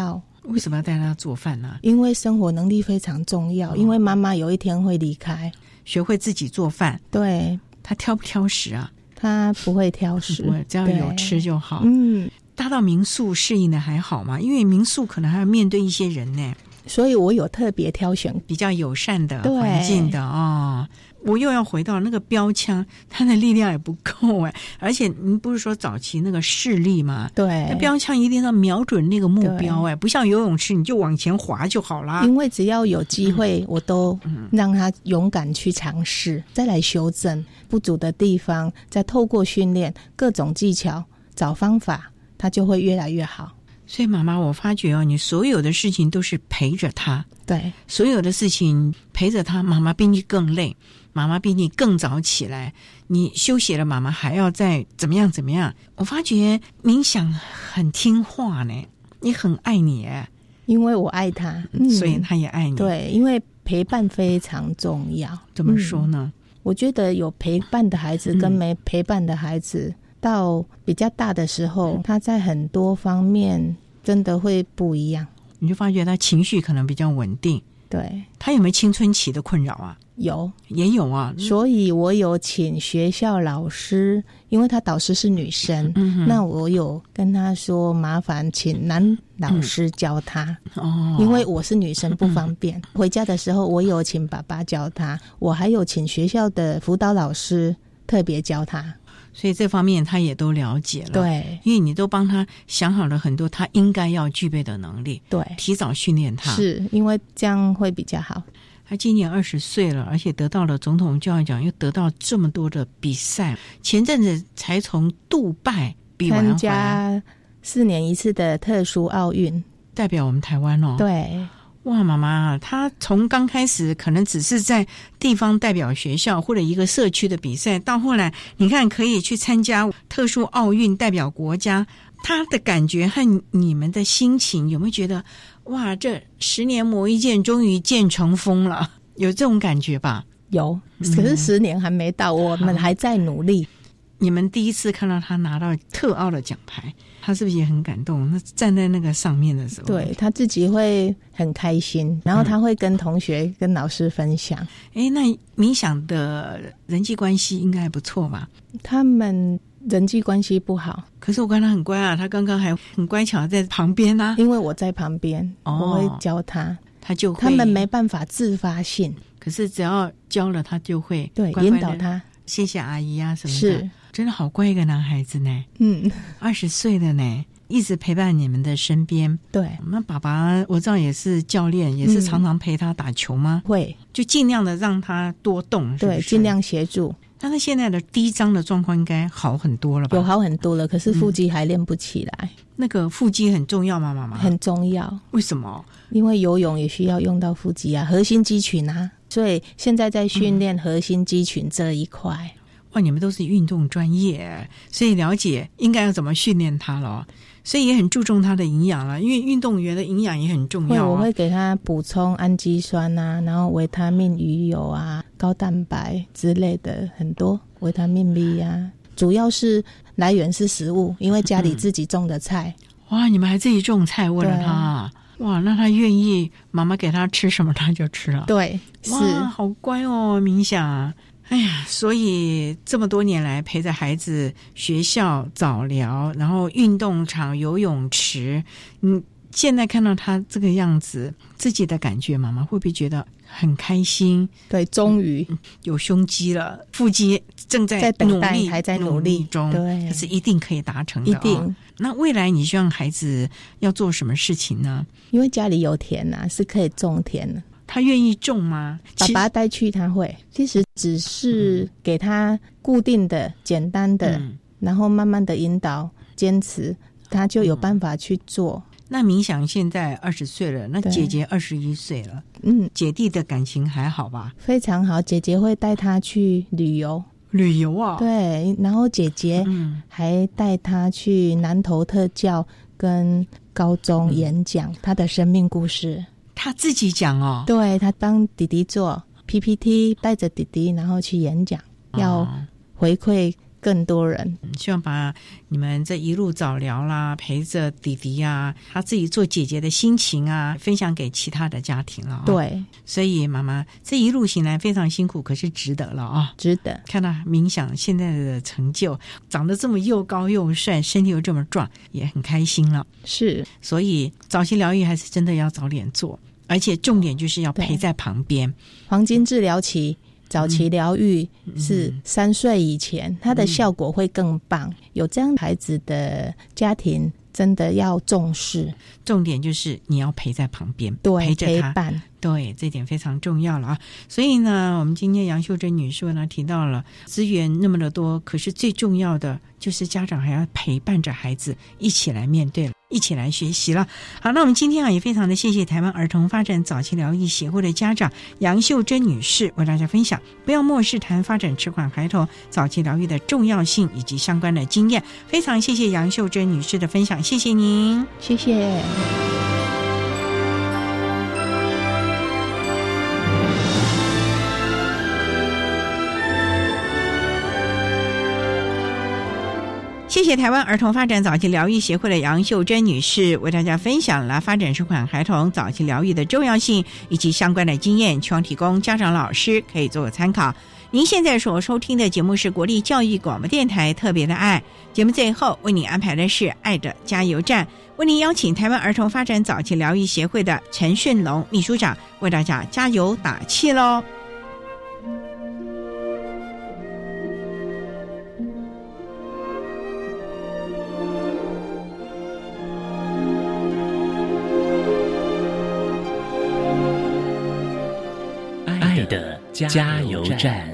为什么要带他做饭呢？ 因为生活能力非常重要，哦、因为妈妈有一天会离开， 学会自己做饭。 对， 他挑不挑食啊？ 他不会挑食， 不会，只要有吃就好。 嗯， 搭到民宿适应的还好吗？因为民宿可能还要面对一些人呢， 所以我有特别挑选比较友善的环境的哦。我又要回到那个标枪，它的力量也不够哎，而且您不是说早期那个视力吗？ 对， 那标枪一定要瞄准那个目标哎，不像游泳池你就往前滑就好啦。 因为只要有机会，嗯、我都让他勇敢去尝试，再来修正不足的地方，再透过训练各种技巧找方法，他就会越来越好。 所以妈妈，我发觉哦，你所有的事情都是陪着他， 对， 所有的事情陪着他，妈妈比你更累，妈妈比你更早起来，你休息了，妈妈还要再怎么样怎么样。我发觉冥想很听话呢，你很爱你耶， 因为我爱他， 嗯、所以他也爱你。 对，因为陪伴非常重要。 怎么说呢？ 嗯、我觉得有陪伴的孩子跟没陪伴的孩子，嗯、到比较大的时候，他在很多方面真的会不一样。 你就发觉他情绪可能比较稳定。 对， 他有没有青春期的困扰啊？ 有， 也有啊。 所以我有请学校老师，因为他导师是女生，嗯、那我有跟他说，麻烦请男老师教他，嗯、哦，因为我是女生不方便。嗯、回家的时候，我有请爸爸教他，我还有请学校的辅导老师特别教他。 所以这方面他也都了解了， 对， 因为你都帮他想好了很多他应该要具备的能力， 对， 提早训练他， 是因为这样会比较好。 他今年二十岁了，而且得到了总统教育奖，又得到这么多的比赛，前阵子才从杜拜比完回来， 参加四年一次的特殊奥运， 代表我们台湾哦， 对。 哇，妈妈，他从刚开始可能只是在地方代表学校或者一个社区的比赛，到后来你看可以去参加特殊奥运代表国家，他的感觉和你们的心情有没有觉得哇，这十年磨一剑终于剑成锋了，有这种感觉吧？ 有，可是十年还没到，嗯、我们还在努力。 你们第一次看到他拿到特奥的奖牌，他是不是也很感动？那站在那个上面的时候， 对，他自己会很开心，然后他会跟同学、嗯、跟老师分享。 哎，那冥想的人际关系应该还不错吧？ 他们人际关系不好， 可是我看他很乖啊，他刚刚还很乖巧在旁边啊， 因为我在旁边，哦、我会教他， 他就会。 他们没办法自发性， 可是只要教了他就会对乖乖引导他。 谢谢阿姨啊什么的， 是真的好乖一个男孩子呢。 嗯， 二十岁的呢，一直陪伴你们的身边。 对， 那爸爸我知道也是教练，也是常常陪他打球吗？ 嗯、会， 就尽量的让他多动，是不是？ 对，尽量协助。 但是现在的低张的状况应该好很多了吧？ 有好很多了，可是腹肌还练不起来。嗯、 那个腹肌很重要吗，妈妈？ 很重要。 为什么？ 因为游泳也需要用到腹肌啊，核心肌群啊，所以现在在训练核心肌群这一块。嗯哇，你们都是运动专业，所以了解应该要怎么训练他了，所以也很注重他的营养了，因为运动员的营养也很重要、啊、 我会给他补充氨基酸啊，然后维他命鱼油啊，高蛋白之类的，很多维他命 B 啊，主要是来源是食物，因为家里自己种的菜、 嗯、哇，你们还自己种菜为了他，哇，那他愿意妈妈给他吃什么他就吃了， 对，是， 哇，好乖哦，冥想。哎呀，所以这么多年来陪着孩子学校早疗，然后运动场游泳池，嗯，现在看到他这个样子，自己的感觉妈妈会不会觉得很开心？ 对，终于、 嗯、有胸肌了，腹肌正在努力，还在努力中，对，可是一定可以达成的、哦、 一定。 那未来你希望孩子要做什么事情呢？ 因为家里有田啊，是可以种田的。 他愿意种吗？ 爸爸带去他会，其实只是给他固定的、简单的、嗯，然后慢慢的引导、坚持，他就有办法去做。 嗯、那冥想现在二十岁了，那姐姐二十一岁了， 嗯， 姐弟的感情还好吧？ 非常好，姐姐会带他去旅游。 旅游啊？ 对，然后姐姐还带他去南投特教跟高中演讲、嗯、他的生命故事。 他自己讲哦， 对，他帮弟弟做 P P T， 带着弟弟然后去演讲、哦、要回馈更多人。 希望把你们这一路早疗啦，陪着弟弟啊，他自己做姐姐的心情啊，分享给其他的家庭了、哦。 对， 所以妈妈这一路行来非常辛苦，可是值得了啊、哦， 值得。 看到冥想现在的成就，长得这么又高又帅，身体又这么壮，也很开心了。 是， 所以早期疗愈还是真的要早点做，而且重点就是要陪在旁边。 黄金治疗期。早期疗愈是三岁以前、嗯、它的效果会更棒、嗯、有这样孩子的家庭真的要重视， 重点就是你要陪在旁边， 对， 陪着他， 陪伴， 对，这点非常重要了啊。所以呢，我们今天杨秀珍女士呢提到了资源那么的多，可是最重要的就是家长还要陪伴着孩子一起来面对，一起来学习了。好，那我们今天啊也非常的谢谢台湾儿童发展早期疗愈协会的家长杨秀珍女士为大家分享不要漠视谈发展迟缓孩童早期疗愈的重要性以及相关的经验。非常谢谢杨秀珍女士的分享，谢谢您， 谢谢。 谢谢台湾儿童发展早期疗愈协会的杨秀珍女士为大家分享了发展迟缓孩童早期疗愈的重要性以及相关的经验，希望提供家长老师可以做个参考。您现在所收听的节目是国立教育广播电台特别的爱节目，最后为您安排的是爱的加油站，为您邀请台湾儿童发展早期疗愈协会的陈顺龙秘书长为大家加油打气咯。 爱的加油站。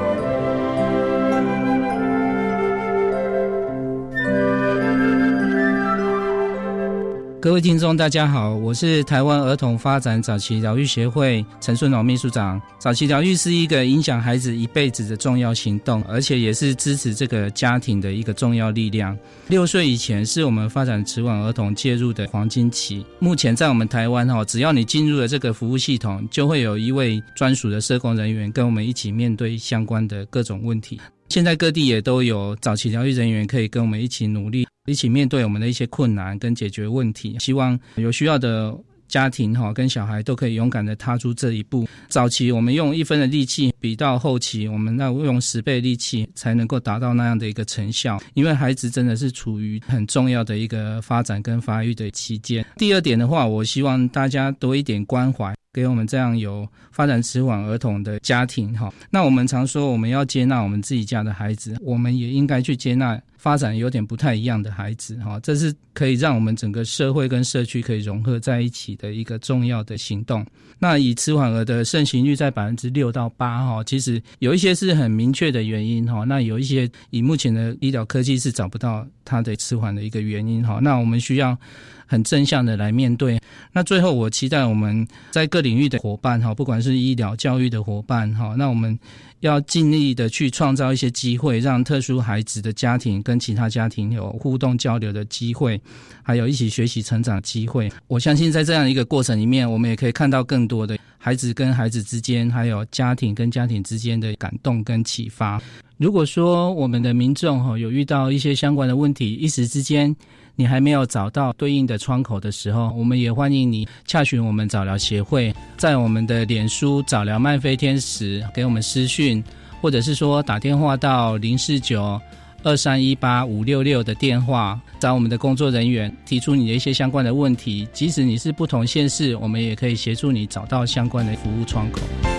各位听众大家好，我是台湾儿童发展早期疗愈协会陈顺龙秘书长。早期疗愈是一个影响孩子一辈子的重要行动，而且也是支持这个家庭的一个重要力量。六岁以前是我们发展迟缓儿童介入的黄金期，目前在我们台湾只要你进入了这个服务系统，就会有一位专属的社工人员跟我们一起面对相关的各种问题。现在各地也都有早期疗愈人员可以跟我们一起努力，一起面对我们的一些困难跟解决问题，希望有需要的家庭跟小孩都可以勇敢的踏出这一步。早期我们用一分的力气，比到后期我们要用十倍力气才能够达到那样的一个成效，因为孩子真的是处于很重要的一个发展跟发育的期间。第二点的话，我希望大家多一点关怀给我们这样有发展迟缓儿童的家庭。那我们常说我们要接纳我们自己家的孩子，我们也应该去接纳发展有点不太一样的孩子，这是可以让我们整个社会跟社区可以融合在一起的一个重要的行动。那以迟缓儿的盛行率在 百分之六到八， 其实有一些是很明确的原因，那有一些以目前的医疗科技是找不到它的迟缓的一个原因，那我们需要很正向的来面对。那最后我期待我们在各领域的伙伴，不管是医疗教育的伙伴，那我们要尽力的去创造一些机会，让特殊孩子的家庭跟其他家庭有互动交流的机会，还有一起学习成长的机会。我相信在这样一个过程里面，我们也可以看到更多的孩子跟孩子之间，还有家庭跟家庭之间的感动跟启发。如果说我们的民众有遇到一些相关的问题，一时之间你还没有找到对应的窗口的时候，我们也欢迎你洽询我们早疗协会，在我们的脸书早疗慢飞天使给我们私讯，或者是说打电话到零四九二三一八五六六的电话，找我们的工作人员提出你的一些相关的问题，即使你是不同县市，我们也可以协助你找到相关的服务窗口。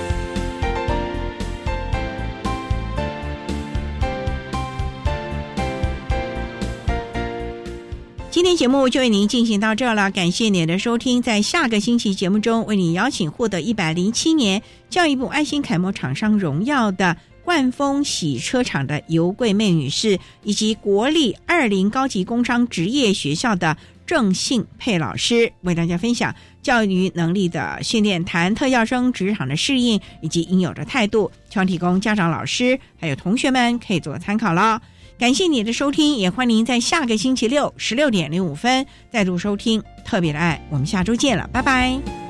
今天节目就为您进行到这了，感谢您的收听。在下个星期节目中，为您邀请获得一百零七年教育部爱心楷模厂商荣耀的冠丰洗车厂的尤桂妹女士，以及国立二零高级工商职业学校的郑信佩老师，为大家分享教育能力的训练，谈特教生职场的适应以及应有的态度，希望提供家长、老师还有同学们可以做参考了。感谢你的收听，也欢迎您在下个星期六十六点零五分再度收听特别的爱。我们下周见了，拜拜。